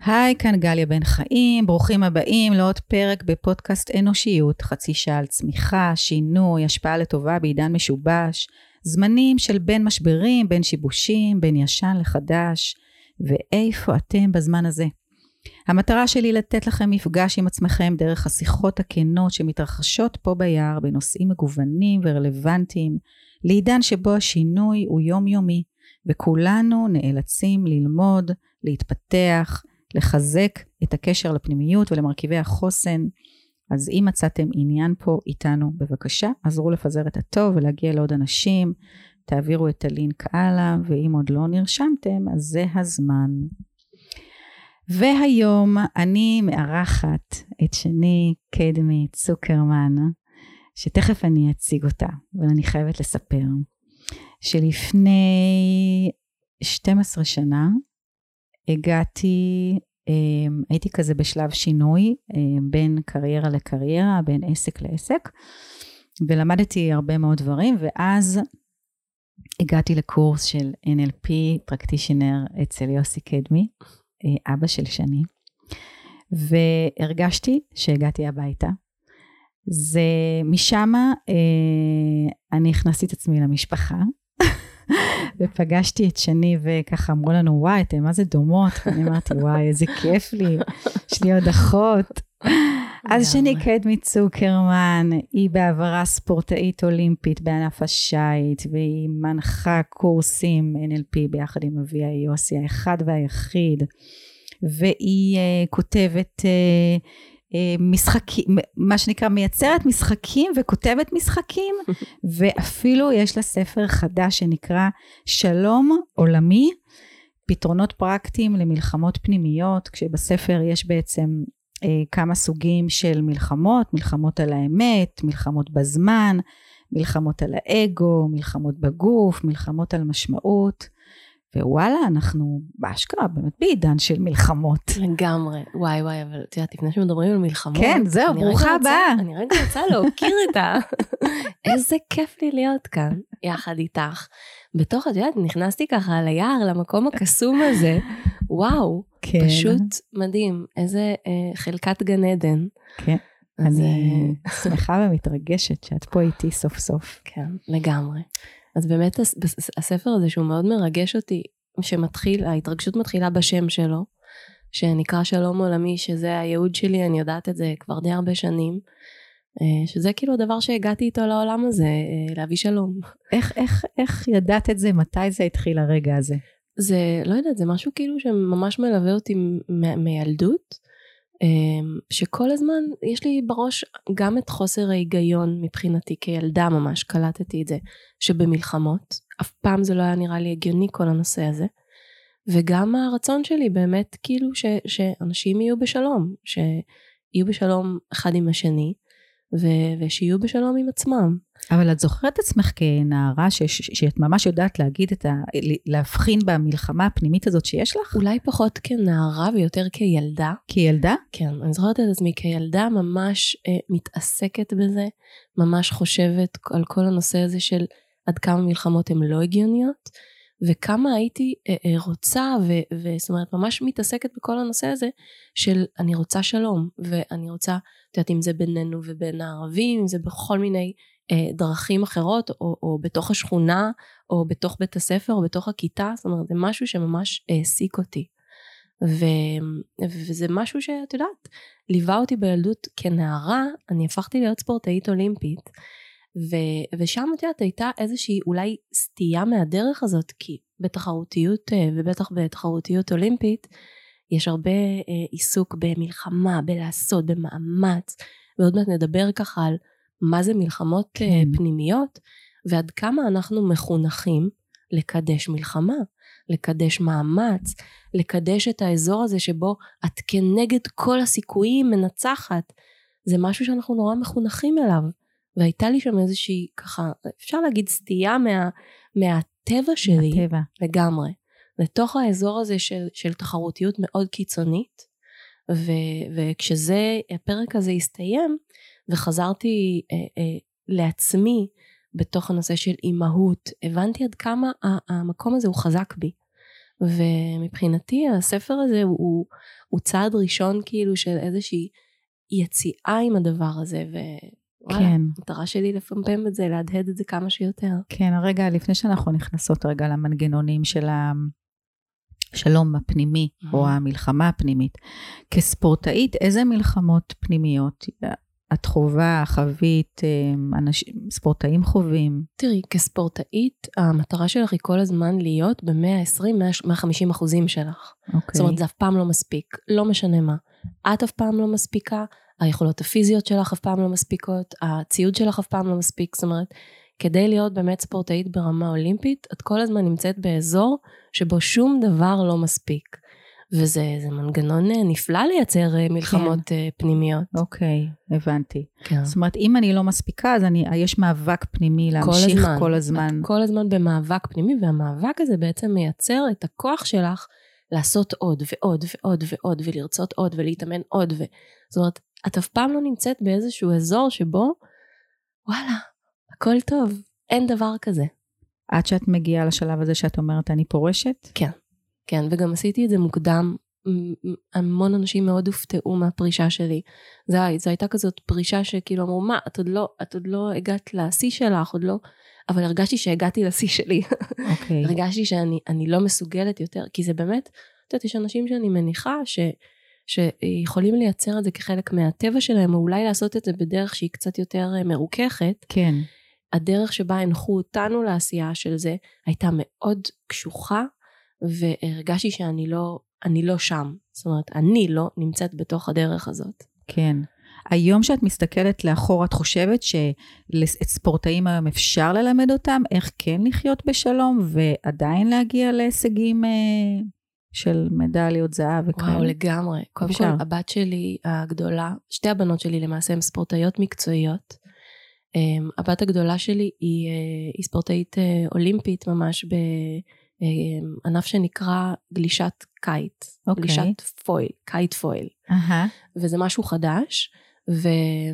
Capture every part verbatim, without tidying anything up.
היי, כאן גליה בן חיים, ברוכים הבאים לעוד פרק בפודקאסט אנושיות, חצי שעה על צמיחה, שינוי, השפעה לטובה בעידן משובש, זמנים של בין משברים, בין שיבושים, בין ישן לחדש, ואיפה אתם בזמן הזה? המטרה שלי לתת לכם מפגש עם עצמכם דרך השיחות הכנות שמתרחשות פה ביער בנושאים מגוונים ורלוונטיים, לעידן שבו השינוי הוא יומיומי, וכולנו נאלצים ללמוד, להתפתח, לחזק את הקשר לפנימיות ולמרכיבי החוסן. אז אם מצאתם עניין פה איתנו, בבקשה, עזרו לפזר את הטוב ולהגיע לעוד אנשים, תעבירו את הלינק הלאה, ואם עוד לא נרשמתם, אז זה הזמן. והיום אני מארחת את שני קדמי צוקרמן, שתכף אני אציג אותה, אבל אני חייבת לספר, שלפני שתים עשרה שנה, הגעתי, הייתי כזה בשלב שינוי, בין קריירה לקריירה, בין עסק לעסק, ולמדתי הרבה מאוד דברים, ואז הגעתי לקורס של אן אל פי Practitioner אצל יוסי קדמי, אבא של שני, והרגשתי שהגעתי הביתה. זה משם אני הכנסתי את עצמי למשפחה, ופגשתי את שני וככה אמרו לנו, וואי, אתם מה זה דומות? ואני אמרתי, וואי, איזה כיף לי, יש לי עוד אחות. אז שני קדמי צוקרמן, היא בעברה ספורטאית אולימפית בענף השייט, והיא מנחה קורסים אן אל פי ביחד עם אביה יוסי, האחד והיחיד, והיא uh, כותבת uh, משחקים, מה שנקרא מייצרת משחקים וכותבת משחקים, ואפילו יש לה ספר חדש שנקרא שלום עולמי, פתרונות פרקטיים למלחמות פנימיות, כשבספר יש בעצם אה, כמה סוגים של מלחמות, מלחמות על האמת, מלחמות בזמן, מלחמות על האגו, מלחמות בגוף, מלחמות על משמעות, ווואלה, אנחנו באשכרה באמת בעידן של מלחמות. לגמרי, וואי וואי, אבל את יודעת, לפני שמדברים על מלחמות, כן, זהו, ברוכה הבאה. אני רגע רוצה להוקיר את ה... איזה כיף לי להיות כאן, יחד איתך. בתוך, את יודעת, נכנסתי ככה ליער, למקום הקסום הזה, וואו, כן. פשוט מדהים, איזה אה, חלקת גן עדן. כן, אז, אני אה... שמחה ומתרגשת שאת פה איתי סוף סוף. כן, לגמרי. אז באמת הספר הזה שהוא מאוד מרגש אותי, שמתחיל, ההתרגשות מתחילה בשם שלו, שנקרא שלום עולמי, שזה הייעוד שלי, אני יודעת את זה כבר די הרבה שנים, שזה כאילו הדבר שהגעתי איתו לעולם הזה, להביא שלום. איך, איך, איך ידעת את זה? מתי זה התחיל הרגע הזה? זה, לא יודעת, זה משהו כאילו שממש מלווה אותי מ- מילדות, שכל הזמן יש לי בראש גם את חוסר ההיגיון מבחינתי כילדה, ממש קלטתי את זה, שבמלחמות, אף פעם זה לא היה נראה לי הגיוני כל הנושא הזה, וגם הרצון שלי באמת כאילו ש, שאנשים יהיו בשלום, שיהיו בשלום אחד עם השני, ו- ושיהיו בשלום עם עצמם. אבל את זוכרת עצמך כנערה ש- ש- שאת ממש יודעת להגיד את ה... להבחין במלחמה הפנימית הזאת שיש לך? אולי פחות כנערה ויותר כילדה. כילדה? כן, אני זוכרת את עצמי כילדה ממש אה, מתעסקת בזה, ממש חושבת על כל הנושא הזה של עד כמה מלחמות הן לא הגיוניות, וכמה הייתי אה, אה, רוצה, ו- וזאת אומרת ממש מתעסקת בכל הנושא הזה של אני רוצה שלום, ואני רוצה, את יודעת אם זה בינינו ובין הערבים, אם זה בכל מיני אה, דרכים אחרות, או, או בתוך השכונה, או בתוך בית הספר, או בתוך הכיתה, זאת אומרת זה משהו שממש העסיק אותי, ו- וזה משהו שאת יודעת, ליווה אותי בילדות כנערה, אני הפכתי להיות ספורטאית אולימפית, ו- ושם את יודעת הייתה איזושהי אולי סטייה מהדרך הזאת, כי בתחרותיות ובטח בתחרותיות אולימפית יש הרבה עיסוק במלחמה, בלעשות, במאמץ, ועוד מעט נדבר ככה על מה זה מלחמות כן. פנימיות, ועד כמה אנחנו מחונכים לקדש מלחמה, לקדש מאמץ, לקדש את האזור הזה שבו את כנגד כל הסיכויים מנצחת, זה משהו שאנחנו נורא מחונכים אליו, והייתה לי שם איזושהי ככה, אפשר להגיד סטייה מה, מהטבע שלי, הטבע. לגמרי, לתוך האזור הזה של, של תחרותיות מאוד קיצונית, ו, וכשזה, הפרק הזה הסתיים, וחזרתי אה, אה, לעצמי, בתוך הנושא של אימהות, הבנתי עד כמה המקום הזה הוא חזק בי, ומבחינתי הספר הזה הוא, הוא צעד ראשון כאילו של איזושהי יציאה עם הדבר הזה, ווואלה, כן. המטרה שלי לפמפם את זה, להדהד את זה כמה שיותר. כן, הרגע, לפני שאנחנו נכנסות רגע למנגנונים של השלום הפנימי, mm-hmm. או המלחמה הפנימית, כספורטאית, איזה מלחמות פנימיות את חובה, חווית, אנשים, ספורטאים חווים? תראי, כספורטאית, המטרה שלך היא כל הזמן להיות ב-מאה ועשרים עד מאה וחמישים אחוזים שלך. Okay. זאת אומרת, זה אף פעם לא מספיק, לא משנה מה. את אף פעם לא מספיקה, היכולות הפיזיות שלך אף פעם לא מספיקות, הציוד שלך אף פעם לא מספיק, זאת אומרת, כדי להיות באמת ספורטאית ברמה אולימפית, את כל הזמן נמצאת באזור שבו שום דבר לא מספיק. וזה זה מנגנון נפלא לייצר מלחמות כן. פנימיות. אוקיי, הבנתי. כן. זאת אומרת, אם אני לא מספיקה, אז אני, יש מאבק פנימי להמשיך כל הזמן. כל הזמן. כל הזמן במאבק פנימי, והמאבק הזה בעצם מייצר את הכוח שלך לעשות עוד ועוד ועוד ועוד, ולרצות עוד ולהתאמן עוד. ו... זאת אומרת, את אף פעם לא נמצאת באיזשהו אזור שבו, וואלה, הכל טוב, אין דבר כזה. עד שאת מגיעה לשלב הזה שאת אומרת, אני פורשת? כן. כן, וגם עשיתי את זה מוקדם, המון אנשים מאוד הופתעו מהפרישה שלי, זו, זו הייתה כזאת פרישה שכאילו אמרו, מה, את עוד לא, את עוד לא הגעת לשיא שלך, עוד לא, אבל הרגשתי שהגעתי לשיא שלי, okay. הרגשתי שאני אני לא מסוגלת יותר, כי זה באמת, את יודעת, יש אנשים שאני מניחה, ש, שיכולים לייצר את זה כחלק מהטבע שלהם, או אולי לעשות את זה בדרך שהיא קצת יותר מרוככת, כן. הדרך שבה הנחו אותנו לעשייה של זה, הייתה מאוד קשוחה, והרגשתי שאני לא, אני לא שם. זאת אומרת, אני לא נמצאת בתוך הדרך הזאת. כן. היום שאת מסתכלת לאחור, את חושבת שאת ספורטאים היום אפשר ללמד אותם, איך כן לחיות בשלום, ועדיין להגיע להישגים של מדליות זהב וכאלה? וואו, לגמרי. קודם כל, הבת שלי הגדולה, שתי הבנות שלי למעשה הן ספורטאיות מקצועיות. הבת הגדולה שלי היא, היא ספורטאית אולימפית ממש ב... ענף שנקרא גלישת קייט, okay. גלישת פויל, קייט פויל. Uh-huh. וזה משהו חדש, ו...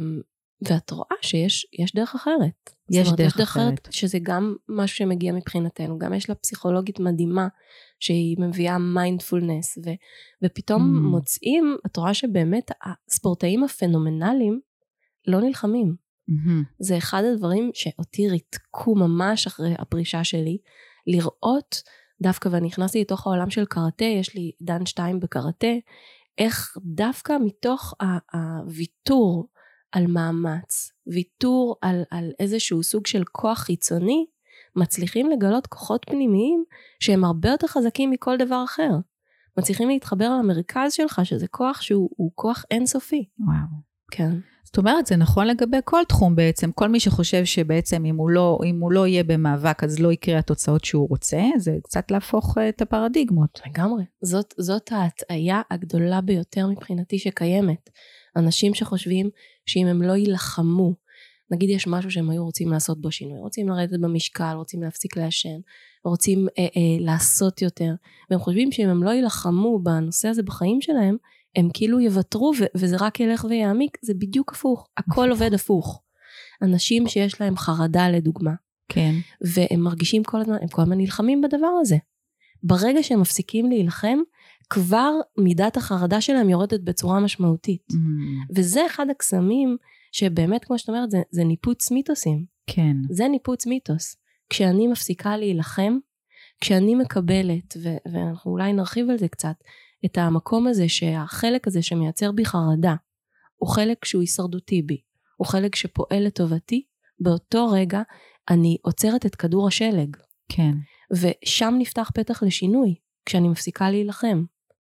ואת רואה שיש יש דרך אחרת. יש אומרת, דרך, יש דרך אחרת. אחרת. שזה גם משהו שמגיע מבחינתנו, גם יש לה פסיכולוגית מדהימה, שהיא מביאה מיינדפולנס, ו... ופתאום mm. מוצאים, את רואה שבאמת הספורטאים הפנומנליים לא נלחמים. Mm-hmm. זה אחד הדברים שאותי ריתקו ממש אחרי הפרישה שלי, לראות, דווקא ואני נכנסתי לתוך העולם של קראטה, יש לי דן שתיים בקראטה, איך דווקא מתוך הוויתור על מאמץ, ויתור על, על איזשהו סוג של כוח חיצוני, מצליחים לגלות כוחות פנימיים, שהם הרבה יותר חזקים מכל דבר אחר. מצליחים להתחבר למרכז שלך, שזה כוח שהוא כוח אינסופי. וואו. כן. זאת אומרת, זה נכון לגבי כל תחום בעצם, כל מי שחושב שבעצם אם הוא לא, אם הוא לא יהיה במאבק, אז לא יקרה התוצאות שהוא רוצה, זה קצת להפוך את הפרדיגמות. לגמרי. זאת, זאת ההטעיה הגדולה ביותר מבחינתי שקיימת. אנשים שחושבים שאם הם לא ילחמו, נגיד יש משהו שהם היו רוצים לעשות בו שינוי, רוצים לרדת במשקל, רוצים להפסיק לעשן, רוצים אה, אה, לעשות יותר, והם חושבים שאם הם לא ילחמו בנושא הזה בחיים שלהם, הם כאילו יוותרו ו- וזה רק ילך ויעמיק, זה בדיוק הפוך, הכל עובד הפוך. אנשים שיש להם חרדה לדוגמה, כן. והם מרגישים כל הזמן, הם כל הזמן נלחמים בדבר הזה. ברגע שהם מפסיקים להילחם, כבר מידת החרדה שלהם יורדת בצורה משמעותית. Mm. וזה אחד הקסמים שבאמת, כמו שאת אומרת, זה, זה ניפוץ מיתוסים. כן. זה ניפוץ מיתוס. כשאני מפסיקה להילחם, כשאני מקבלת, ו- ואנחנו אולי נרחיב על זה קצת, את המקום הזה שהחלק הזה שמייצר בי חרדה, הוא חלק שהוא הישרדותי בי, הוא חלק שפועל לטובתי, באותו רגע אני עוצרת את כדור השלג. כן. ושם נפתח פתח לשינוי, כשאני מפסיקה להילחם.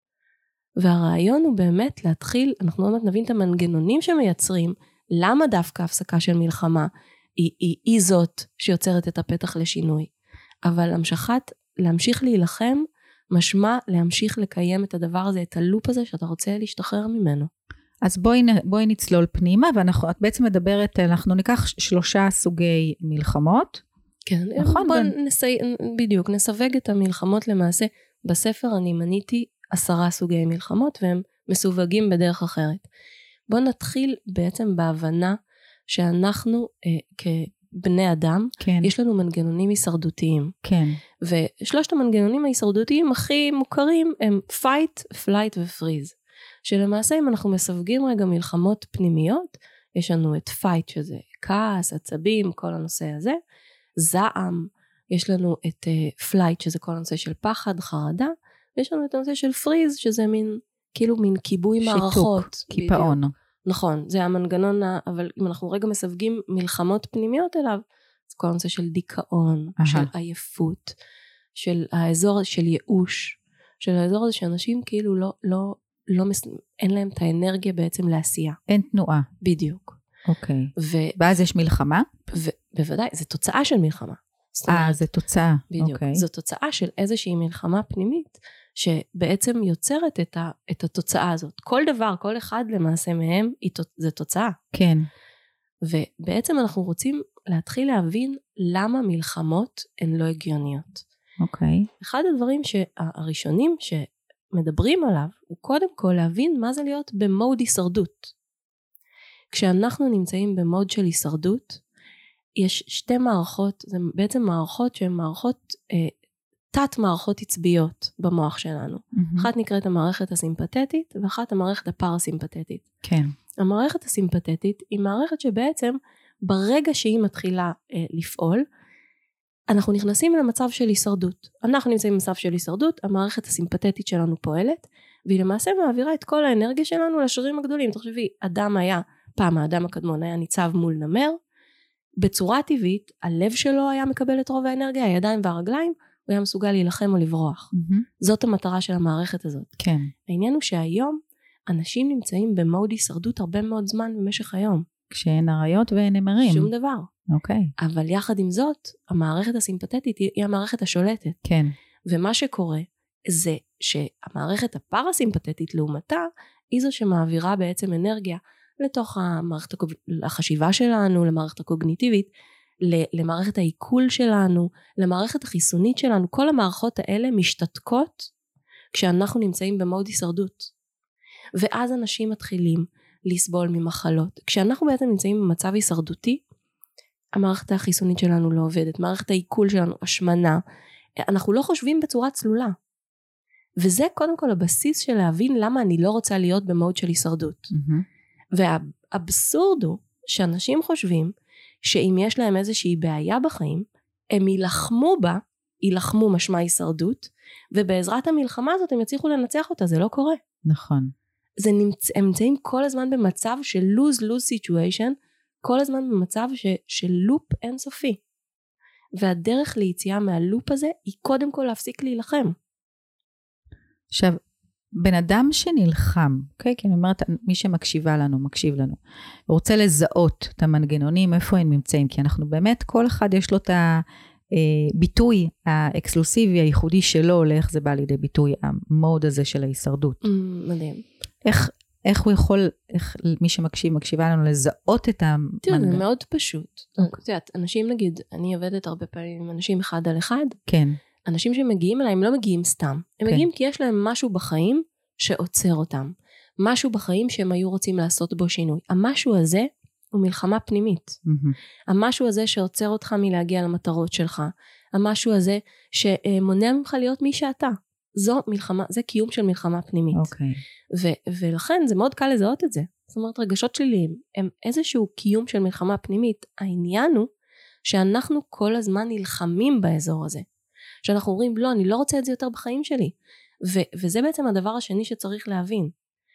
והרעיון הוא באמת להתחיל, אנחנו עוד מעט נבין את המנגנונים שמייצרים, למה דווקא הפסקה של מלחמה היא, היא, היא זאת שיוצרת את הפתח לשינוי. אבל המשכת, להמשיך להילחם, משמע להמשיך לקיים את הדבר הזה, את הלופ הזה שאתה רוצה להשתחרר ממנו. אז בואי, בואי נצלול פנימה, ואנחנו, את בעצם מדברת, אנחנו ניקח שלושה סוגי מלחמות. כן, נכון. בואי בין... נסי... בדיוק, נסווג את המלחמות למעשה. בספר אני מניתי עשרה סוגי מלחמות, והם מסווגים בדרך אחרת. בואו נתחיל בעצם בהבנה, שאנחנו אה, כ- בני אדם, כן. יש לנו מנגנונים הישרדותיים. כן. ושלושת המנגנונים ההישרדותיים הכי מוכרים הם fight, flight ו-freeze. שלמעשה אם אנחנו מסווגים רגע מלחמות פנימיות, יש לנו את fight שזה כעס, עצבים, כל הנושא הזה, זעם, יש לנו את uh, flight שזה כל הנושא של פחד, חרדה, ויש לנו את הנושא של freeze שזה מין, כאילו מין כיבוי שיתוק, מערכות. שיתוק, קיפאון. נכון, זה המנגנון, אבל אם אנחנו רגע מסווגים מלחמות פנימיות אליו, זה כל הנושא של דיכאון, Aha. של עייפות, של האזור של ייאוש, של האזור הזה שאנשים כאילו לא, לא, לא, אין להם את האנרגיה בעצם לעשייה. אין תנועה. בדיוק. אוקיי. ו... ואז יש מלחמה? ו... בוודאי, זה תוצאה של מלחמה. אה, זה תוצאה. בדיוק. אוקיי. זו תוצאה של איזושהי מלחמה פנימית, שבעצם יוצרת את, ה... את התוצאה הזאת. כל דבר, כל אחד למעשה מהם, זה תוצאה. כן. ובעצם אנחנו רוצים להתחיל להבין למה מלחמות הן לא הגיוניות. אוקיי. אחד הדברים שהראשונים שמדברים עליו, הוא קודם כל להבין מה זה להיות במוד הישרדות. כשאנחנו נמצאים במוד של הישרדות, יש שתי מערכות, זה בעצם מערכות שהן מערכות, אה, תת מערכות עצביות במוח שלנו. Mm-hmm. אחת נקראת המערכת הסימפתטית, ואחת המערכת הפרסימפתטית. כן. המערכת הסימפתטית היא מערכת שבעצם ברגע שהיא מתחילה אה, לפעול, אנחנו נכנסים למצב של הישרדות. אנחנו נמצאים במצב של הישרדות, המערכת הסימפתטית שלנו פועלת, והיא למעשה מעבירה את כל האנרגיה שלנו לשרירים הגדולים. תחשבי, אדם היה, פעם האדם הקדמון היה ניצב מול נמר, בצורה טבעית, הלב שלו היה מקבל את רוב האנרגיה, הידיים והרגליים, הוא היה מסוגל להילחם או לברוח. Mm-hmm. זאת המטרה של המערכת הזאת. כן. העניין הוא שהיום, אנשים נמצאים במוד הישרדות הרבה מאוד זמן במשך היום. כשאין אריות ואין נמרים. שום דבר. אוקיי. אבל יחד עם זאת, המערכת הסימפתטית היא המערכת השולטת. כן. ומה שקורה זה שהמערכת הפרסימפתטית לעומתה, היא זו שמעבירה בעצם אנרגיה לתוך המערכת החשיבה שלנו, למערכת הקוגניטיבית, למערכת העיכול שלנו, למערכת החיסונית שלנו. כל המערכות האלה משתתקות כשאנחנו נמצאים במוד הישרדות. ואז אנשים מתחילים לסבול ממחלות. כשאנחנו בעצם נמצאים במצב הישרדותי, המערכת החיסונית שלנו לא עובדת, מערכת העיכול שלנו, השמנה, אנחנו לא חושבים בצורה צלולה. וזה קודם כל הבסיס של להבין למה אני לא רוצה להיות במוד של הישרדות. Mm-hmm. והאבסורד הוא שאנשים חושבים שאם יש להם איזושהי בעיה בחיים, הם ילחמו בה, ילחמו משמע הישרדות, ובעזרת המלחמה הזאת הם יצליחו לנצח אותה, זה לא קורה. נכון. זה נמצא, הם נמצאים כל הזמן במצב של lose-lose situation, כל הזמן במצב ש, של לופ אינסופי. והדרך ליציאה מהלופ הזה היא קודם כל להפסיק להילחם. עכשיו, בן אדם שנלחם, אוקיי? כי אני אומרת, מי שמקשיבה לנו, מקשיב לנו, הוא רוצה לזהות את המנגנונים, איפה הם נמצאים, כי אנחנו באמת, כל אחד יש לו את הביטוי האקסקלוסיבי, הייחודי שלו, לאיך זה בא לידי ביטוי, המוד הזה של ההישרדות. מדהים. איך, איך הוא יכול, איך מי שמקשיב, מקשיבה לנו, לזהות את המנגנון? תראה, זה מאוד פשוט. את יודעת, אנשים נגיד, אני עובדת הרבה פעמים עם אנשים אחד על אחד, כן. אנשים שמגיעים אליי, הם לא מגיעים סתם. הם כן. מגיעים כי יש להם משהו בחיים שעוצר אותם. משהו בחיים שהם היו רוצים לעשות בו שינוי. המשהו הזה הוא מלחמה פנימית. Mm-hmm. המשהו הזה שעוצר אותך מלהגיע למטרות שלך. המשהו הזה שמונע ממך להיות מי שאתה. זו מלחמה, זה קיום של מלחמה פנימית. אוקיי. ו- ולכן זה מאוד קל לזהות את זה. זאת אומרת, רגשות שליליים הם איזשהו קיום של מלחמה פנימית. העניין הוא שאנחנו כל הזמן נלחמים באזור הזה. שאנחנו אומרים, לא, אני לא רוצה את זה יותר בחיים שלי. ו- וזה בעצם הדבר השני שצריך להבין.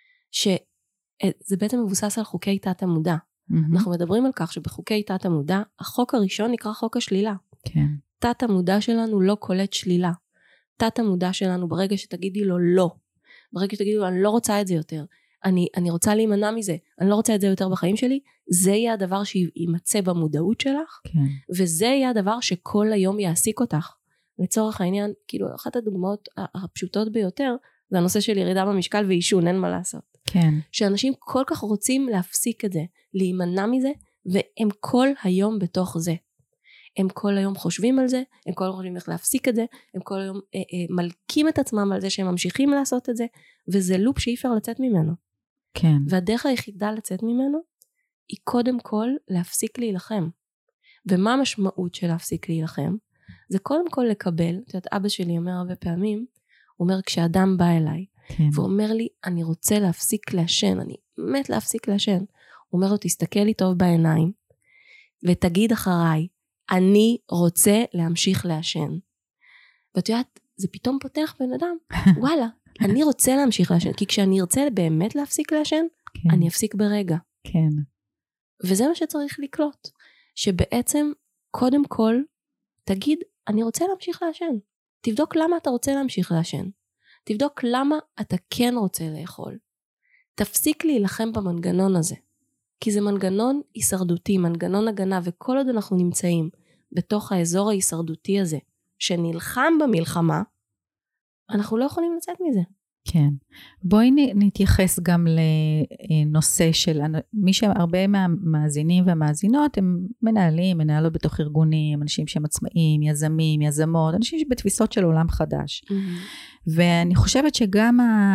שזה בעצם מבוסס על חוקי תת המודע. Mm-hmm. אנחנו מדברים על כך שבחוקי תת המודע, החוק הראשון נקרא חוק השלילה. כן. תת המודע שלנו לא קולט שלילה. תת המודע שלנו, ברגע שתגידי לו לא, ברגע שתגידי לו, אני לא רוצה את זה יותר, אני, אני רוצה להימנע מזה, אני לא רוצה את זה יותר בחיים שלי, זה יהיה הדבר שימצא במודעות שלך, כן. וזה יהיה הדבר שכל היום יעסיק אותך. לצורך העניין, כאילו, אחת הדוגמאות הפשוטות ביותר, זה הנושא של ירידה במשקל ואישון, אין מה לעשות. כן. שאנשים כל כך רוצים להפסיק את זה, להימנע מזה, והם כל היום בתוך זה. הם כל היום חושבים על זה, הם כל היום חושבים איך להפסיק את זה, הם כל היום אה, אה, מלקים את עצמם על זה שהם ממשיכים לעשות את זה, וזה לופ שאי אפשר לצאת ממנו. כן. והדרך היחידה לצאת ממנו, היא קודם כל להפסיק להילחם. ומה המשמעות של להפסיק להילחם? זה קודם כל לקבל, את יודעת, אבא שלי אומר הרבה פעמים, הוא אומר, כשאדם בא אליי, כן. והוא אומר לי, אני רוצה להפסיק לעשן, אני מת להפסיק לעשן, הוא אומר לו, תסתכל לי טוב בעיניים, ותגיד אחריי, אני רוצה להמשיך לעשן. ואת יודעת, זה פתאום פותח בן אדם, וואלה, אני רוצה להמשיך לעשן, כי כשאני ארצה באמת להפסיק לעשן, כן. אני אפסיק ברגע. כן. וזה מה שצריך לקלוט, שבעצם, קודם כל, תגיד, אני רוצה להמשיך לעשן. תבדוק למה אתה רוצה להמשיך לעשן. תבדוק למה אתה כן רוצה לאכול. תפסיק להילחם במנגנון הזה. כי זה מנגנון הישרדותי, מנגנון הגנה, וכל עוד אנחנו נמצאים בתוך האזור ההישרדותי הזה, שנלחם במלחמה, אנחנו לא יכולים לצאת מזה. כן. בואי נתייחס גם לנושא של, מי שהרבה מהמאזינים והמאזינות, הם מנהלים, מנהלות בתוך ארגונים, אנשים שהם עצמאים, יזמים, יזמות, אנשים שבתפיסות של עולם חדש. Mm-hmm. ואני חושבת שגם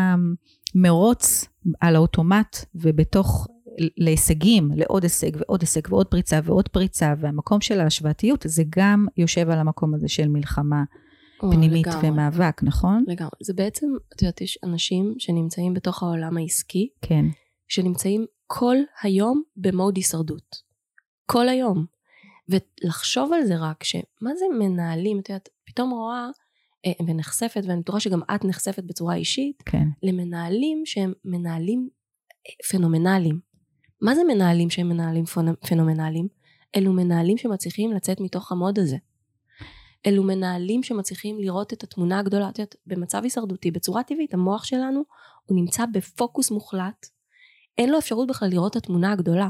המרוץ על האוטומט, ובתוך להישגים, לעוד הישג ועוד הישג ועוד פריצה ועוד פריצה, והמקום של ההשוואתיות, זה גם יושב על המקום הזה של מלחמה, פנימית לגמרי. ומאבק, נכון? לגמרי. זה בעצם, את יודעת, יש אנשים שנמצאים בתוך העולם העסקי, כן. שנמצאים כל היום במוד הישרדות. כל היום. ולחשוב על זה רק, שמה זה מנהלים, את יודעת, פתאום רואה ונחשפת, ואני בטוחה שגם את נחשפת בצורה אישית, כן. למנהלים שהם מנהלים פנומנליים. מה זה מנהלים שהם מנהלים פנומנליים? אלו מנהלים שמצליחים לצאת מתוך המוד הזה. אלו מנהלים שמצליחים לראות את התמונה הגדולה, את יודעת, במצב הישרדותי, בצורה טבעית, המוח שלנו, הוא נמצא בפוקוס מוחלט, אין לו אפשרות בכלל לראות את התמונה הגדולה,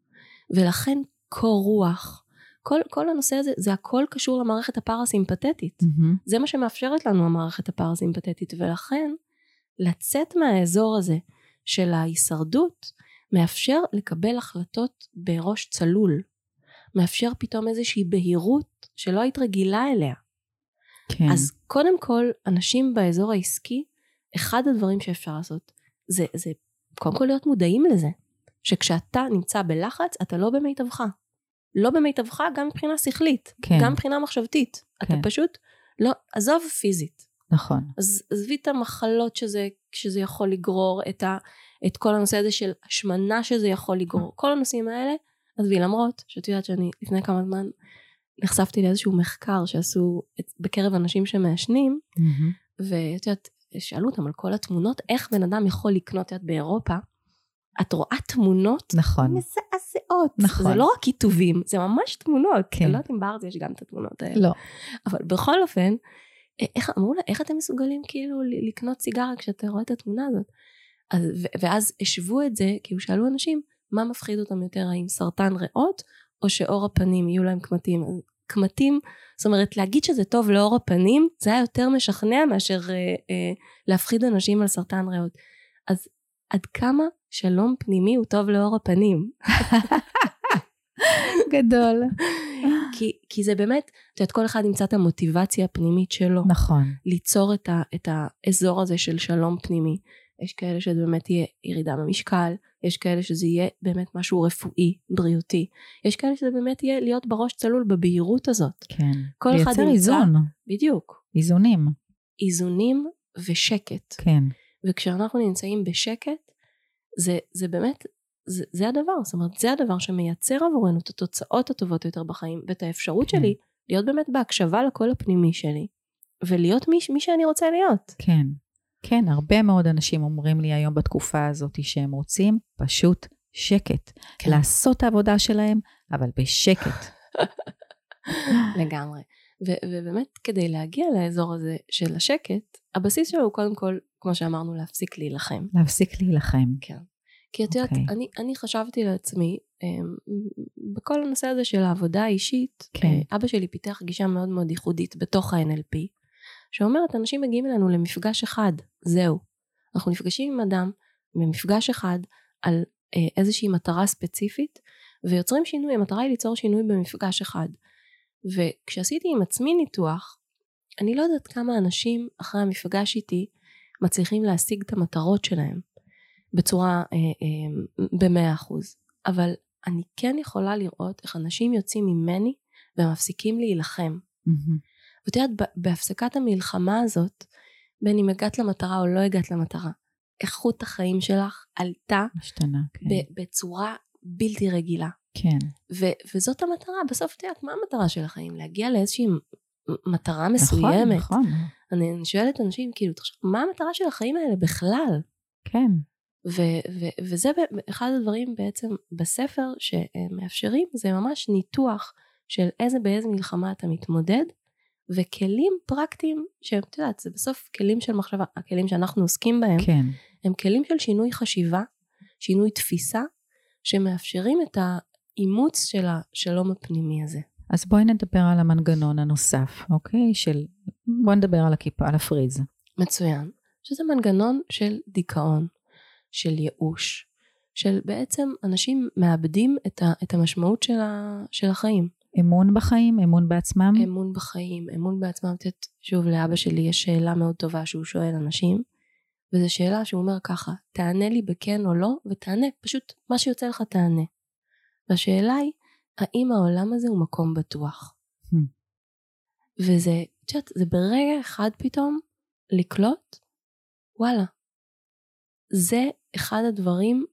ולכן קור רוח, כל, כל הנושא הזה, זה הכל קשור למערכת הפרסימפטית, mm-hmm. זה מה שמאפשרת לנו המערכת הפרסימפטית, ולכן, לצאת מהאזור הזה, של ההישרדות, מאפשר לקבל החלטות בראש צלול, מאפשר פתאום איזושהי בהירות שלא היית רגילה אליה. כן. אז קודם כל, אנשים באזור העסקי, אחד הדברים שאפשר לעשות, זה, זה קודם כל להיות מודעים לזה, שכשאתה נמצא בלחץ, אתה לא במיטבך. לא במיטבך גם מבחינה שכלית, כן. גם מבחינה מחשבתית. כן. אתה פשוט לא, עזוב פיזית. נכון. אז עזבי את המחלות שזה, שזה יכול לגרור, את, ה, את כל הנושא הזה של השמנה שזה יכול לגרור, כל הנושאים האלה, עזבי, למרות שאת יודעת שאני לפני כמה זמן נחשפתי לאיזשהו מחקר שעשו בקרב אנשים שמעשנים, mm-hmm. ואת יודעת, שאלו אותם על כל התמונות, איך בן אדם יכול לקנות, את יודעת, באירופה, את רואה תמונות נכון. מזעזעות. נכון. זה לא רק כיתובים, זה ממש תמונות. כן. אני לא יודעת אם בארץ יש גם את התמונות האלה. לא. אבל בכל אופן, איך, אמרו לה, איך אתם מסוגלים כאילו לקנות סיגרה כשאתה רואה את התמונה הזאת? אז, ואז השוו את זה, כי הוא שאלו אנשים, מה מפחיד אותם יותר, האם סרטן ריאות, או שאור הפנים יהיו להם קמטים? קמטים, זאת אומרת, להגיד שזה טוב לאור הפנים, זה היה יותר משכנע מאשר אה, אה, להפחיד אנשים על סרטן ריאות. אז עד כמה שלום פנימי הוא טוב לאור הפנים? גדול. כי, כי זה באמת, את יודעת, כל אחד ימצא את המוטיבציה הפנימית שלו. נכון. ליצור את, ה, את האזור הזה של שלום פנימי. יש כאלה שזה באמת יהיה ירידה במשקל, יש כאלה שזה יהיה באמת משהו רפואי, בריאותי, יש כאלה שזה באמת יהיה להיות בראש צלול בבהירות הזאת. כן, כל אחד לייצר איזון. בדיוק. איזונים. איזונים ושקט. כן. וכשאנחנו נמצאים בשקט, זה, זה באמת, זה, זה הדבר, זאת אומרת, זה הדבר שמייצר עבורנו את התוצאות הטובות יותר בחיים, ואת האפשרות כן. שלי להיות באמת בהקשבה לקול הפנימי שלי, ולהיות מי, מי שאני רוצה להיות. כן. כן, הרבה מאוד אנשים אומרים לי היום בתקופה הזאת שהם רוצים פשוט שקט. כן. לעשות את העבודה שלהם, אבל בשקט. לגמרי. ו- ובאמת כדי להגיע לאזור הזה של השקט, הבסיס שלו הוא קודם כל, כמו שאמרנו, להפסיק להילחם. להפסיק להילחם. כן. כי את יודעת, okay. אני, אני חשבתי לעצמי, בכל הנושא הזה של העבודה האישית, כן. אבא שלי פיתח גישה מאוד מאוד ייחודית בתוך ה-אן אל פי, שאומרת, אנשים מגיעים אלינו למפגש אחד, זהו. אנחנו נפגשים עם אדם במפגש אחד על אה, איזושהי מטרה ספציפית, ויוצרים שינוי, המטרה היא ליצור שינוי במפגש אחד. וכשעשיתי עם עצמי ניתוח, אני לא יודעת כמה אנשים אחרי המפגש איתי, מצליחים להשיג את המטרות שלהם, בצורה אה, אה, במאה אחוז. אבל אני כן יכולה לראות איך אנשים יוצאים ממני, ומפסיקים להילחם. ואת יודעת, בהפסקת המלחמה הזאת, בין אם הגעת למטרה או לא הגעת למטרה, איכות החיים שלך עלתה משתנה, כן. בצורה בלתי רגילה. כן. ו- וזאת המטרה, בסוף את יודעת, מה המטרה של החיים? להגיע לאיזושהי מטרה מסוימת. נכון, נכון. אני, אני שואלת אנשים, כאילו, תחשוב, מה המטרה של החיים האלה בכלל? כן. ו- ו- וזה אחד הדברים בעצם בספר שמאפשרים, זה ממש ניתוח של איזה באיזה מלחמה אתה מתמודד, וכלים פרקטיים, שאת יודעת, זה בסוף כלים של מחשבה, הכלים שאנחנו עוסקים בהם, כן. הם כלים של שינוי חשיבה, שינוי תפיסה, שמאפשרים את האימוץ של השלום הפנימי הזה. אז בואי נדבר על המנגנון הנוסף, אוקיי? של, בואי נדבר על הכיפה, על הפריז. מצוין. שזה מנגנון של דיכאון, של ייאוש, של בעצם אנשים מאבדים את, ה, את המשמעות של, ה, של החיים. אמון בחיים, אמון בעצמם? אמון בחיים, אמון בעצמם. שוב, לאבא שלי יש שאלה מאוד טובה שהוא שואל אנשים, וזו שאלה שהוא אומר ככה, תענה לי בכן או לא, ותענה, פשוט מה שיוצא לך תענה. והשאלה היא, האם העולם הזה הוא מקום בטוח? Hmm. וזה, תשעת, זה ברגע אחד פתאום לקלוט, וואלה, זה אחד הדברים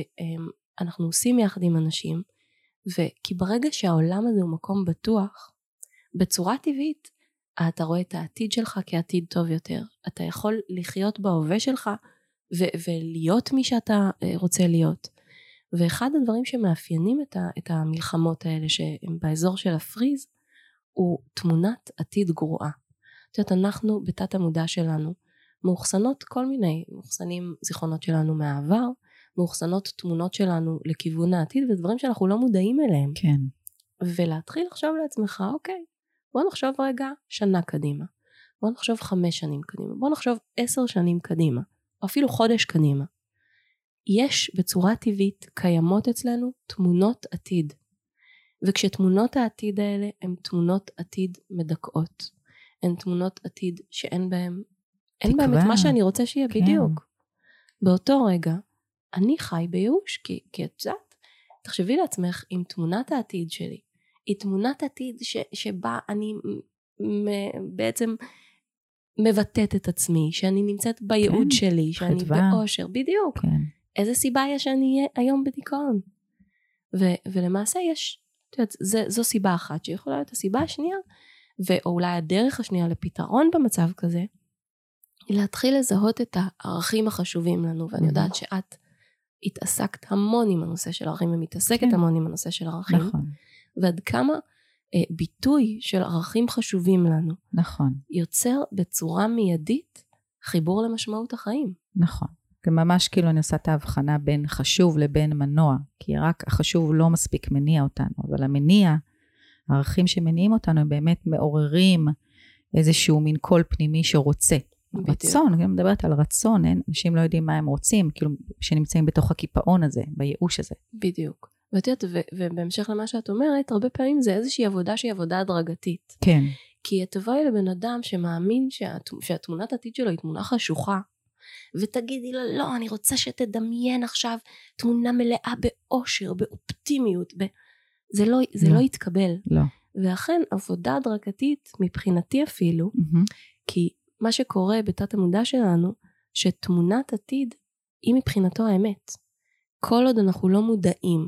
שאנחנו עושים יחד עם אנשים, וכי ברגע שהעולם הזה הוא מקום בטוח, בצורה טבעית, אתה רואה את העתיד שלך כעתיד טוב יותר. אתה יכול לחיות בהווה שלך, ו- ולהיות מי שאתה רוצה להיות. ואחד הדברים שמאפיינים את, ה- את המלחמות האלה, שהם באזור של הפריז, הוא תמונת עתיד גרועה. זאת אומרת, אנחנו בתת המודע שלנו, מאוחסנות כל מיני, מאוחסנים זיכרונות שלנו מהעבר, מאוחסנות תמונות שלנו לכיוון העתיד, ודברים שאנחנו לא מודעים אליהם. כן. ולהתחיל לחשוב לעצמך, אוקיי, בוא נחשוב רגע שנה קדימה, בוא נחשוב חמש שנים קדימה, בוא נחשוב עשר שנים קדימה, או אפילו חודש קדימה. יש בצורה טבעית, קיימות אצלנו תמונות עתיד. וכשתמונות העתיד האלה הן תמונות עתיד מדכאות. הן תמונות עתיד שאין בהן, אין בהן את מה שאני רוצה שיהיה כן. בדיוק. באותו רגע, אני חי בייאוש, כי, כי את יודעת, תחשבי לעצמך עם תמונת העתיד שלי, היא תמונת עתיד ש, שבה אני מ, בעצם מבטאת את עצמי, שאני נמצאת בייעוד כן, שלי, שאני חדווה. באושר, בדיוק. כן. איזה סיבה יש שאני אהיה היום בדיכאון? ו- ולמעשה יש, תיודעת, זה, זו סיבה אחת שיכולה להיות הסיבה השנייה, ואולי הדרך השנייה לפתרון במצב כזה, היא להתחיל לזהות את הערכים החשובים לנו, ואני יודעת שאת התעסקת המון עם הנושא של ערכים, ומתעסקת כן. המון עם הנושא של ערכים, נכון. ועד כמה אה, ביטוי של ערכים חשובים לנו, נכון. יוצר בצורה מיידית חיבור למשמעות החיים. נכון. ממש כאילו אני עושה את ההבחנה בין חשוב לבין מנוע, כי רק החשוב לא מספיק מניע אותנו, אבל המניע, הערכים שמניעים אותנו הם באמת מעוררים איזשהו מין קול פנימי שרוצה. בדיוק. רצון, אני מדברת על רצון, אין, אנשים לא יודעים מה הם רוצים, כאילו שנמצאים בתוך הקיפאון הזה, בייאוש הזה. בדיוק. ואת יודעת, ובהמשך למה שאת אומרת, הרבה פעמים זה איזושהי עבודה שהיא עבודה הדרגתית. כן. כי תבואי לבן אדם שמאמין שהת, שהתמונת העתיד שלו היא תמונה חשוכה, ותגידי לו, לא, אני רוצה שתדמיין עכשיו תמונה מלאה באושר, באופטימיות, ב... זה, לא, זה לא. לא יתקבל. לא. ואכן, עבודה הדרגתית, מבחינתי אפילו, mm-hmm. כי מה שקורה בתת המודע שלנו, שתמונת עתיד היא מבחינתו האמת. כל עוד אנחנו לא מודעים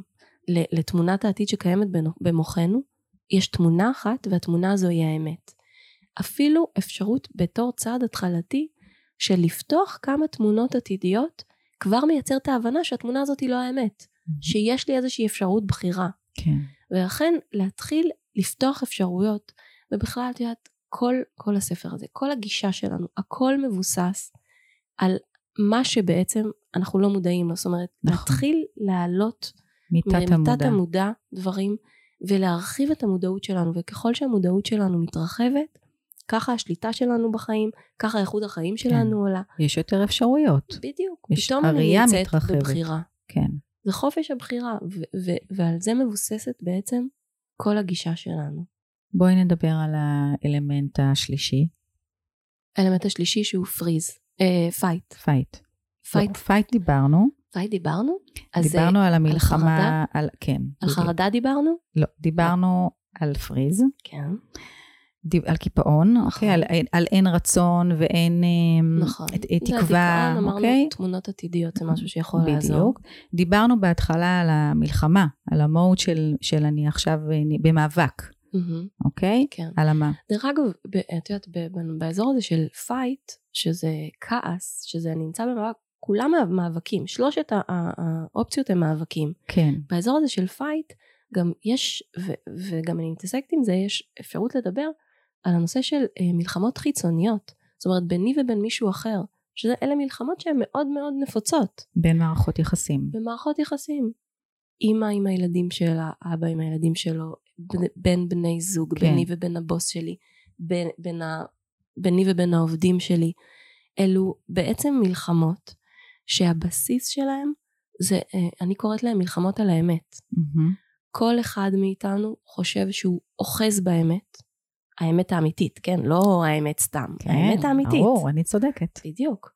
לתמונת העתיד שקיימת במוחנו, יש תמונה אחת, והתמונה הזו היא האמת. אפילו אפשרות בתור צעד התחלתי, של לפתוח כמה תמונות עתידיות, כבר מייצר את ההבנה שהתמונה הזאת היא לא האמת. Mm-hmm. שיש לי איזושהי אפשרות בחירה. כן. ולכן להתחיל לפתוח אפשרויות, ובכלל את יודעת, כל, כל הספר הזה, כל הגישה שלנו, הכל מבוסס על מה שבעצם אנחנו לא מודעים לו. זאת אומרת, נכון. להתחיל להעלות מתת המודע. המודע דברים, ולהרחיב את המודעות שלנו, וככל שהמודעות שלנו מתרחבת, ככה השליטה שלנו בחיים, ככה איכות החיים שלנו כן. עולה. יש יותר אפשרויות. בדיוק. יש הראייה מתרחבת. בבחירה. כן. זה חופש הבחירה, ו- ו- ועל זה מבוססת בעצם כל הגישה שלנו. בואי נדבר על האלמנט השלישי. האלמנט השלישי שהוא פריז. פייט. פייט. פייט. פייט דיברנו. פייט דיברנו? דיברנו על המלחמה. על חרדה? על, כן. על חרדה דיברנו? לא, דיברנו על פריז. כן. על קיפאון, אוקיי? על, על אין רצון ואין נכון. תקווה, אוקיי? אמרנו תמונות עתידיות, זה משהו שיכול לעזור. בדיוק. דיברנו בהתחלה על המלחמה, על המהות של, של אני עכשיו במאבק, אוקיי? כן. על המה. דרך אגב, את יודעת, באזור הזה של פייט, שזה כעס, שזה נמצא במאבק, כולם מאבקים, שלושת האופציות הם מאבקים. כן. באזור הזה של פייט, גם יש, וגם אני מתעסקת עם זה, יש אפשרות לדבר, על הנושא של אה, מלחמות חיצוניות, זאת אומרת ביני ובין מישהו אחר, שזה אלה מלחמות שהן מאוד מאוד נפוצות. בין מערכות יחסים. במערכות יחסים. אמא עם הילדים שלה, אבא עם הילדים שלו, בין בני זוג, כן. ביני ובין הבוס שלי, בין, בין ה, ביני ובין העובדים שלי, אלו בעצם מלחמות, שהבסיס שלהם, זה, אה, אני קוראת להם מלחמות על האמת. Mm-hmm. כל אחד מאיתנו חושב שהוא אוחז באמת, האמת האמיתית, כן? לא האמת סתם, כן, האמת האמיתית. ברור, אני צודקת. בדיוק.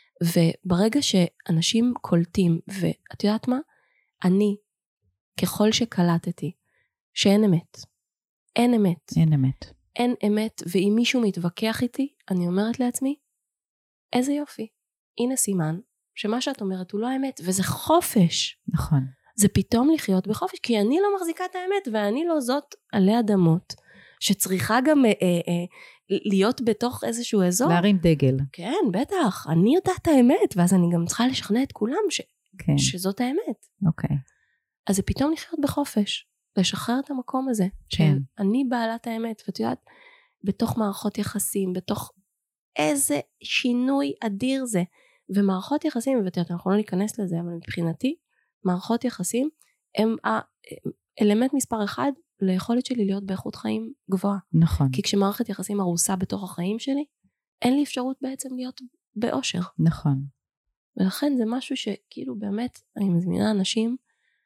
וברגע שאנשים קולטים, ואת יודעת מה? אני, ככל שקלטתי, שאין אמת. אין אמת. אין אמת. אין אמת, ואם מישהו מתווכח איתי, אני אומרת לעצמי, איזה יופי. הנה סימן, שמה שאת אומרת הוא לא האמת, וזה חופש. נכון. זה פתאום לחיות בחופש, כי אני לא מחזיקה את האמת, ואני לא זאת עלי אדמות, שצריכה גם אה, אה, להיות בתוך איזשהו אזור. להרים דגל. כן, בטח. אני יודעת את האמת, ואז אני גם צריכה לשכנע את כולם ש... כן. שזאת האמת. אוקיי. אז זה פתאום לחיות בחופש, לשחרר את המקום הזה, כן. של אני בעלת האמת, ואת יודעת, בתוך מערכות יחסים, בתוך איזה שינוי אדיר זה, ומערכות יחסים, ואת יודעת, אנחנו לא ניכנס לזה, אבל מבחינתי, מערכות יחסים הם האלמנט מספר אחד ליכולת שלי להיות באיכות חיים גבוהה. נכון. כי כשמערכת יחסים הרוסה בתוך החיים שלי, אין לי אפשרות בעצם להיות באושר. נכון. ולכן זה משהו שכאילו באמת, אני מזמינה אנשים,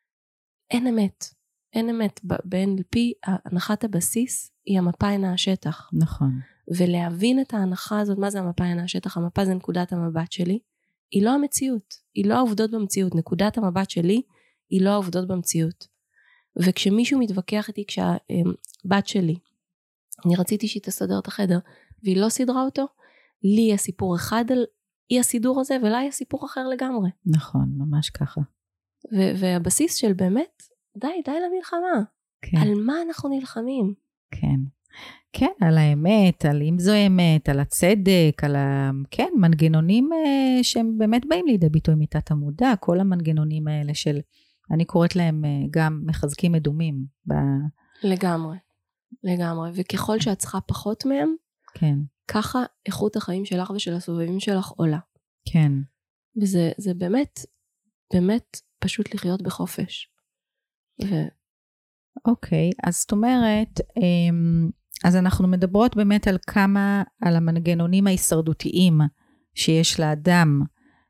אין אמת. אין אמת. בין פי הנחת הבסיס היא המפה אינה השטח. נכון. ולהבין את ההנחה הזאת, מה זה המפה אינה השטח? המפה זה נקודת המבט שלי. היא לא המציאות, היא לא העובדות במציאות, נקודת המבט שלי היא לא העובדות במציאות. וכשמישהו מתווכח איתי, כשהבת שלי, אני רציתי שהיא תסדר את החדר, והיא לא סדרה אותו, לי יש סיפור אחד על אי הסידור הזה, ולה יש סיפור אחר לגמרי. נכון, ממש ככה. ו- והבסיס של באמת, די, די למלחמה. כן. על מה אנחנו נלחמים? כן. כן, על האמת, על אם זו אמת, על הצדק, על ה... כן, מנגנונים אה, שהם באמת באים לידי ביטוי מתת המודע, כל המנגנונים האלה של, אני קוראת להם אה, גם מחזקים מדומים. ב... לגמרי, לגמרי, וככל שאת צריכה פחות מהם, כן. ככה איכות החיים שלך ושל הסובבים שלך עולה. כן. וזה זה באמת, באמת פשוט לחיות בחופש. ו... אוקיי, אז זאת אומרת, אז אנחנו מדברות באמת על כמה, על המנגנונים ההישרדותיים שיש לאדם,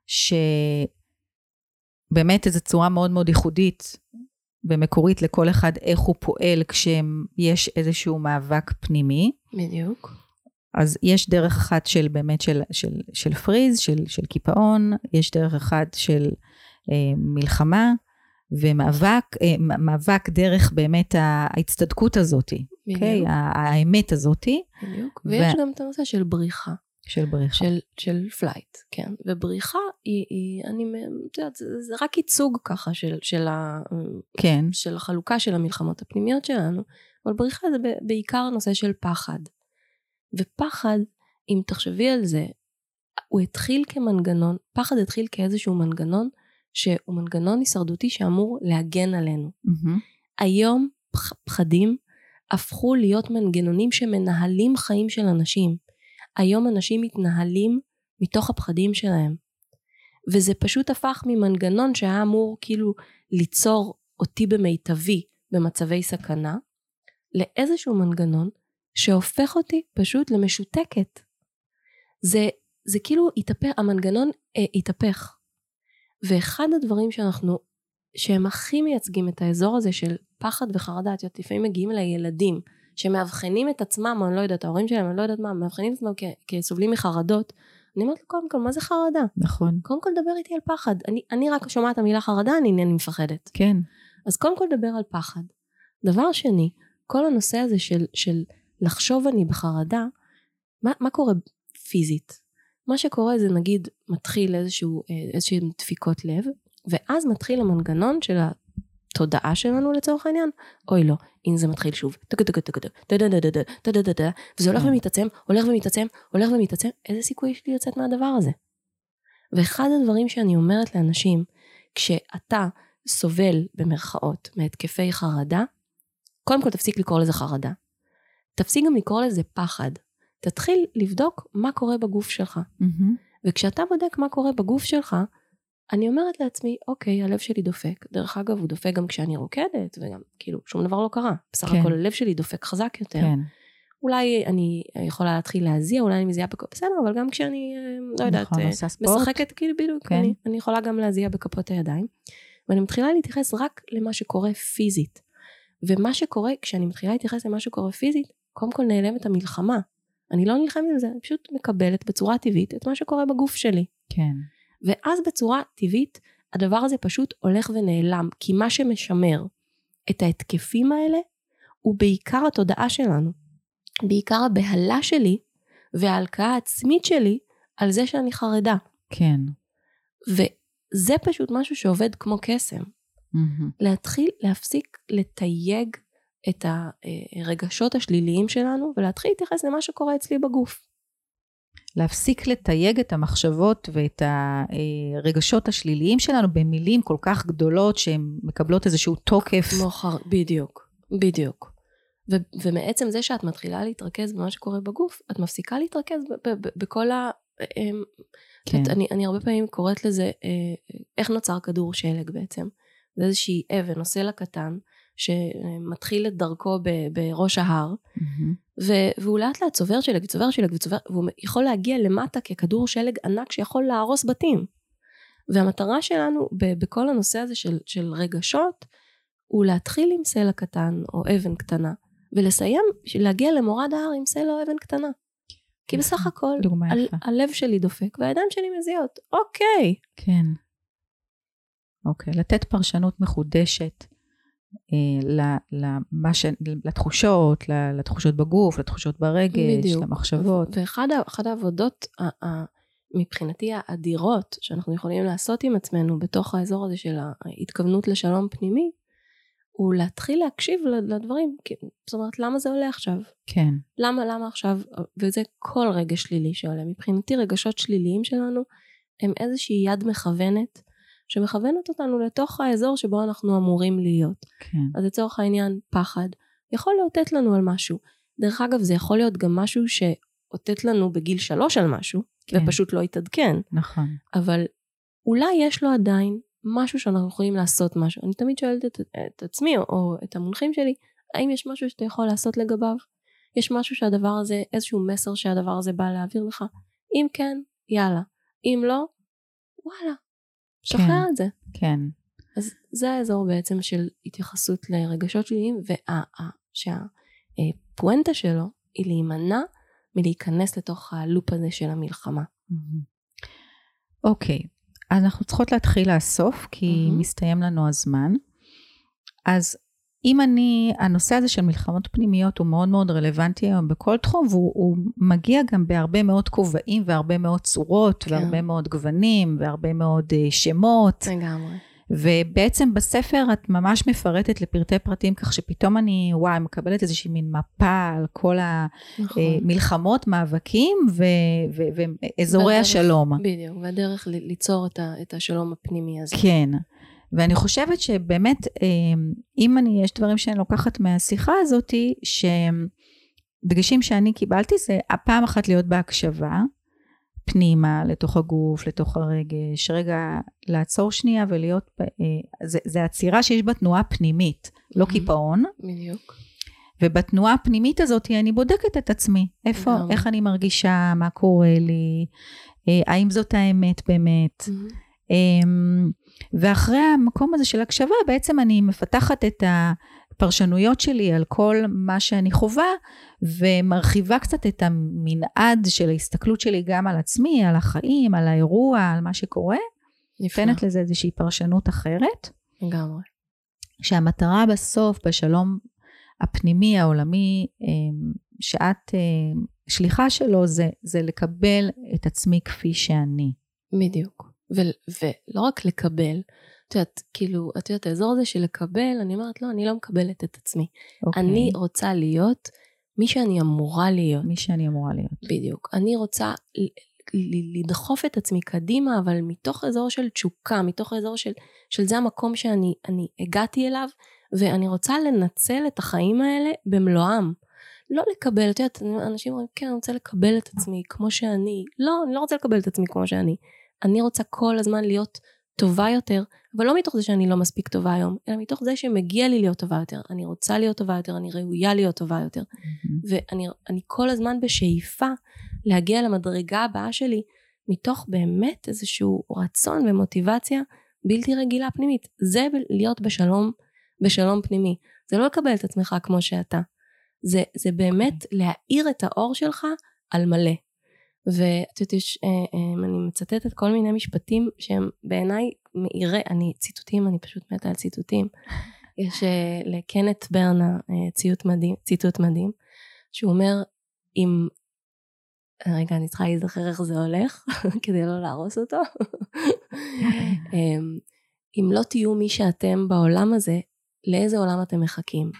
שבאמת איזו צורה מאוד מאוד ייחודית ומקורית לכל אחד איך הוא פועל כשיש איזשהו מאבק פנימי. בדיוק. אז יש דרך אחת של באמת של, של, של פריז, של, של קיפאון, יש דרך אחת של אה, מלחמה, ומאבק, מאבק דרך באמת ההצטדקות הזאת, אוקיי? האמת הזאת. בדיוק. ויש גם את הנושא של בריחה. של בריחה. של, של פלייט, כן. ובריחה היא, היא אני, את יודעת, זה רק ייצוג ככה של, של, ה, כן. של החלוקה של המלחמות הפנימיות שלנו, אבל בריחה זה בעיקר הנושא של פחד. ופחד, אם תחשבי על זה, הוא התחיל כמנגנון, פחד התחיל כאיזשהו מנגנון, שהוא מנגנון הישרדותי שאמור להגן עלינו. Mm-hmm. היום פחדים הפכו להיות מנגנונים שמנהלים חיים של אנשים. היום אנשים מתנהלים מתוך הפחדים שלהם. וזה פשוט הפך ממנגנון שהיה אמור כאילו ליצור אותי במיטבי במצבי סכנה, לאיזשהו מנגנון שהופך אותי פשוט למשותקת. זה, זה כאילו התהפך, המנגנון אה, התהפך. ואחד הדברים שאנחנו, שהם הכי מייצגים את האזור הזה של פחד וחרדה, את יודעת, לפעמים מגיעים לילדים, שמאבחנים את עצמם, אני לא יודעת, ההורים שלהם, אני לא יודעת מה, מאבחנים את עצמם כ- כסובלים מחרדות, אני אומרת לו, קודם כל, מה זה חרדה? נכון. קודם כל דבר איתי על פחד, אני, אני רק שומעת המילה חרדה, אני, אני מפחדת. כן. אז קודם כל דבר על פחד. דבר שני, כל הנושא הזה של, של לחשוב אני בחרדה, מה, מה קורה פיזית? מה שקורה זה נגיד מתחיל איזשהו, איזושהי דפיקות לב, ואז מתחיל המנגנון של התודעה שלנו לצורך העניין, אוי לא, הנה זה מתחיל שוב, וזה הולך ומתעצם, הולך ומתעצם, הולך ומתעצם, איזה סיכוי יש לי לצאת מהדבר הזה? ואחד הדברים שאני אומרת לאנשים, כשאתה סובל במרכאות מהתקפי חרדה, קודם כל תפסיק לקרוא לזה חרדה. תפסיק גם לקרוא לזה פחד. תתחיל לבדוק מה קורה בגוף שלך. Mm-hmm. וכשאתה בודק מה קורה בגוף שלך, אני אומרת לעצמי, אוקיי, הלב שלי דופק. דרך אגב, הוא דופק גם כשאני רוקדת, וגם כאילו שום דבר לא קרה. בסך כן. הכל הלב שלי דופק חזק יותר. כן. אולי אני יכולה להתחיל להזיע, אולי אני מזיעה בכפות, בסדר, אבל גם כשאני, לא יודעת, נכון, משחקת כאילו בדיוק, כן. אני, אני יכולה גם להזיע בכפות הידיים. ואני מתחילה להתייחס רק למה שקורה פיזית. ומה שקורה, כשאני מתחילה להתייחס למה שקורה פיזית, קודם כל נעלמת המלחמה. אני לא נלחמת על זה, אני פשוט מקבלת בצורה טבעית את מה שקורה בגוף שלי. כן. ואז בצורה טבעית, הדבר הזה פשוט הולך ונעלם, כי מה שמשמר את ההתקפים האלה, הוא בעיקר התודעה שלנו. בעיקר הבהלה שלי, וההלקאה העצמית שלי, על זה שאני חרדה. כן. וזה פשוט משהו שעובד כמו קסם. Mm-hmm. להתחיל, להפסיק לתייג את הרגשות השליליים שלנו, ולהתחיל להתייחס למה שקורה אצלי בגוף. להפסיק לתייג את המחשבות ואת הרגשות השליליים שלנו במילים כל כך גדולות, שהן מקבלות איזשהו תוקף. מוחר, בדיוק, בדיוק. ו- ומעצם זה שאת מתחילה להתרכז במה שקורה בגוף, את מפסיקה להתרכז ב- ב- ב- בכל ה... כן. אני, אני הרבה פעמים קוראת לזה, איך נוצר כדור שלג בעצם. זה איזושהי אבן, נושא לה קטן, שמתחיל את דרכו ב- בראש ההר, mm-hmm. ו- והוא לאט לאט צובר שלג, וצובר שלג, וצובר, והוא יכול להגיע למטה ככדור שלג ענק, שיכול להרוס בתים. והמטרה שלנו, ב- בכל הנושא הזה של, של רגשות, הוא להתחיל עם סלע קטן, או אבן קטנה, ולסיים, להגיע למורד ההר עם סלע או אבן קטנה. כי בסך הכל, ה- הלב שלי דופק, והידיים שלי מזיעות. אוקיי. כן. אוקיי, לתת פרשנות מחודשת לתחושות, לתחושות בגוף, לתחושות ברגש, למחשבות. ואחד העבודות מבחינתי האדירות שאנחנו יכולים לעשות עם עצמנו בתוך האזור הזה של ההתכוונות לשלום פנימי, הוא להתחיל להקשיב לדברים. זאת אומרת, למה זה עולה עכשיו? כן. למה, למה עכשיו? וזה כל רגש שלילי שעולה. מבחינתי רגשות שליליים שלנו הם איזושהי יד מכוונת, שמכוונת אותנו לתוך האזור שבו אנחנו אמורים להיות. כן. אז לצורך העניין, פחד, יכול לאותת לנו על משהו. דרך אגב, זה יכול להיות גם משהו שאותת לנו בגיל שלוש על משהו, כן. ופשוט לא יתעדכן. נכון. אבל אולי יש לו עדיין משהו שאנחנו יכולים לעשות משהו. אני תמיד שואלת את, את עצמי, או, או את המונחים שלי, האם יש משהו שאתה יכול לעשות לגביו? יש משהו שהדבר הזה, איזשהו מסר שהדבר הזה בא להעביר לך? אם כן, יאללה. אם לא, וואלה. שחרר כן, את זה. כן. אז זה האזור בעצם של התייחסות לרגשות שליליים, שהפואנטה שלו היא להימנע מלהיכנס לתוך הלופ הזה של המלחמה. אוקיי, אנחנו צריכות להתחיל לאסוף, כי מסתיים לנו הזמן. אז אם אני, הנושא הזה של מלחמות פנימיות הוא מאוד מאוד רלוונטי היום בכל תחום, והוא מגיע גם בהרבה מאוד כובעים, והרבה מאוד צורות, כן. והרבה מאוד גוונים, והרבה מאוד uh, שמות. לגמרי. ובעצם בספר את ממש מפרטת לפרטי פרטים, כך שפתאום אני, וואי, מקבלת איזושהי מין מפה על כל המלחמות, נכון. מאבקים, ו- ו- ואזורי והדרך, השלום. בדיוק, והדרך ליצור את, ה- את השלום הפנימי הזה. כן. ואני חושבת שבאמת, אם אני, יש דברים שאני לוקחת מהשיחה הזאת, שדגשים שאני קיבלתי, זה הפעם אחת להיות בהקשבה, פנימה, לתוך הגוף, לתוך הרגש, רגע לעצור שנייה ולהיות, זה, זה הצירה שיש בה תנועה פנימית, לא קיפאון. בדיוק. ובתנועה הפנימית הזאת אני בודקת את עצמי, איפה, איך אני מרגישה, מה קורה לי, האם זאת האמת באמת. ואחרי המקום הזה של הקשבה, בעצם אני מפתחת את הפרשנויות שלי על כל מה שאני חווה, ומרחיבה קצת את המנעד של ההסתכלות שלי גם על עצמי, על החיים, על האירוע, על מה שקורה. נפנת לזה איזושהי פרשנות אחרת. לגמרי. שהמטרה בסוף, בשלום הפנימי, העולמי, שאת שליחה שלו, זה, זה לקבל את עצמי כפי שאני. בדיוק. ו- ולא רק לקבל, את יודעת, כאילו, את יודעת, האזור הזה של לקבל, אני אומרת, לא, אני לא מקבלת את עצמי. Okay. אני רוצה להיות מי שאני אמורה להיות. מי שאני אמורה להיות. בדיוק. אני רוצה לדחוף את עצמי קדימה, אבל מתוך אזור של תשוקה, מתוך אזור של, של זה המקום שאני אני הגעתי אליו, ואני רוצה לנצל את החיים האלה במלואם. לא לקבל, את יודעת, אנשים אומרים, כן, אני רוצה לקבל את עצמי כמו שאני. לא, אני לא רוצה לקבל את עצמי כמו שאני. אני רוצה כל הזמן להיות טובה יותר, אבל לא מתוך זה שאני לא מספיק טובה היום, אלא מתוך זה שמגיע לי להיות טובה יותר. אני רוצה להיות טובה יותר, אני ראויה להיות טובה יותר. Mm-hmm. ואני אני כל הזמן בשאיפה להגיע למדרגה הבאה שלי, מתוך באמת איזשהו רצון ומוטיבציה בלתי רגילה פנימית. זה להיות בשלום, בשלום פנימי. זה לא לקבל את עצמך כמו שאתה. זה, זה באמת להאיר את האור שלך על מלא. ואת יודעת, אני מצטטת כל מיני משפטים שהם בעיניי מאירי, אני ציטוטים, אני פשוט מתה על ציטוטים. יש לקנט ברנה ציטוט מדהים, ציטוט מדהים, שהוא אומר, אם, רגע, אני צריכה להיזכר איך זה הולך, כדי לא להרוס אותו. אם לא תהיו מי שאתם בעולם הזה, לאיזה עולם אתם מחכים?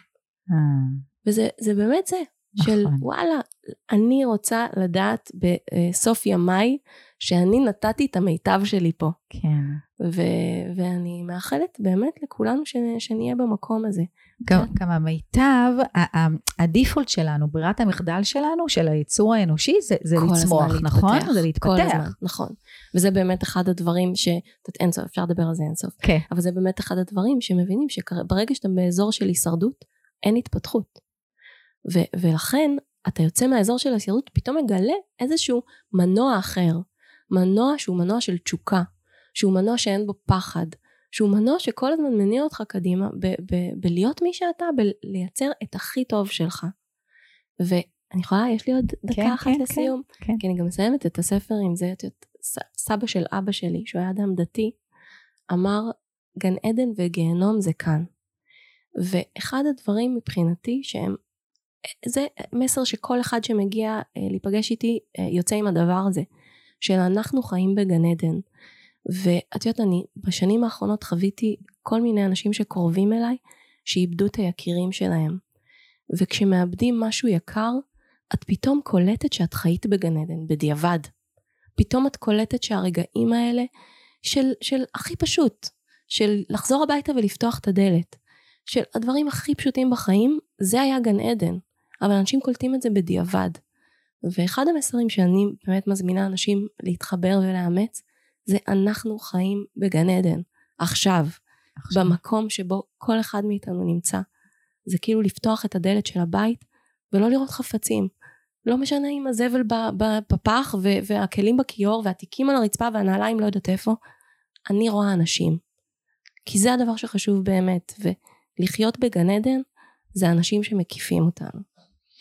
וזה זה באמת זה. של וואלה, אני רוצה לדעת בסוף ימיי שאני נתתי את המיטב שלי פה. כן. ו- ואני מאחלת באמת לכולנו ש- שנהיה במקום הזה. גם, גם המיטב, הדיפולט שלנו, ברירת המחדל שלנו, של היצור האנושי, זה, זה לצמוח, נכון? זה להתפתח. כל הזמן, נכון. וזה באמת אחד הדברים ש... אין סוף, אפשר לדבר על זה אין סוף. כן. אבל זה באמת אחד הדברים שמבינים שברגע שאתם באזור של הישרדות, אין התפתחות. ו- ולכן אתה יוצא מהאזור של הישרדות, פתאום מגלה איזשהו מנוע אחר, מנוע שהוא מנוע של תשוקה, שהוא מנוע שאין בו פחד, שהוא מנוע שכל הזמן מניע אותך קדימה, ב- ב- בלהיות מי שאתה, בלייצר את הכי טוב שלך. ואני יכולה, יש לי עוד דקה כן, אחת כן, לסיום, כן, כן. כי אני גם מסיימת את הספר עם זה, את, את, סבא של אבא שלי, שהוא היה אדם דתי, אמר, גן עדן וגיהנום זה כאן. ואחד הדברים מבחינתי שהם, זה מסר שכל אחד שמגיע להיפגש איתי יוצא עם הדבר הזה, של אנחנו חיים בגן עדן. ואת יודעת, אני בשנים האחרונות חוויתי כל מיני אנשים שקרובים אליי, שאיבדו את היקירים שלהם. וכשמאבדים משהו יקר, את פתאום קולטת שאת חיית בגן עדן, בדיעבד. פתאום את קולטת שהרגעים האלה, של, של הכי פשוט, של לחזור הביתה ולפתוח את הדלת, של הדברים הכי פשוטים בחיים, זה היה גן עדן. אבל אנשים קולטים את זה בדיעבד. ואחד המסרים שאני באמת מזמינה אנשים להתחבר ולאמץ, זה אנחנו חיים בגן עדן, עכשיו, עכשיו, במקום שבו כל אחד מאיתנו נמצא. זה כאילו לפתוח את הדלת של הבית, ולא לראות חפצים. לא משנה אם הזבל בפח, והכלים בכיור, והתיקים על הרצפה, והנעליים לא יודעת איפה, אני רואה אנשים. כי זה הדבר שחשוב באמת, ולחיות בגן עדן, זה אנשים שמקיפים אותנו.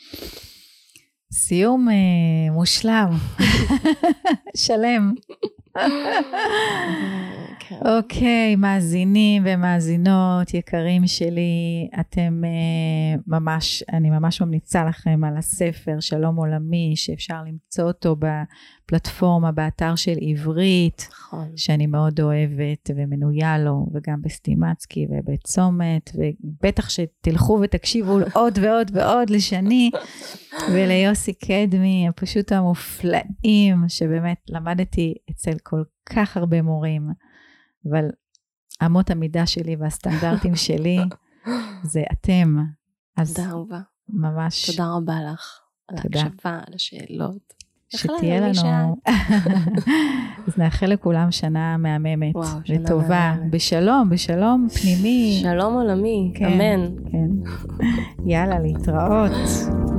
סיום אה, מושלם. שלם. אוקיי, מאזינים ומאזינות, יקרים שלי, אתם uh, ממש, אני ממש ממליצה לכם על הספר שלום עולמי, שאפשר למצוא אותו בפלטפורמה, באתר של עברית, נכון. שאני מאוד אוהבת ומנויה לו, וגם בסטימצקי ובצומת, ובטח שתלכו ותקשיבו עוד ועוד ועוד לשני, וליוסי קדמי, פשוט המופלאים, שבאמת למדתי אצל כל כך הרבה מורים, אבל אמות המידה שלי והסטנדרטים שלי זה אתם. תודה רבה. ממש. תודה רבה לך. על ההקשבה, על השאלות. שתהיה לנו. אז נאחל לכולם שנה מהממת. וואו, שנה וטובה. מהממת. בשלום, בשלום פנימי. שלום עולמי. כן, אמן. כן. יאללה, להתראות.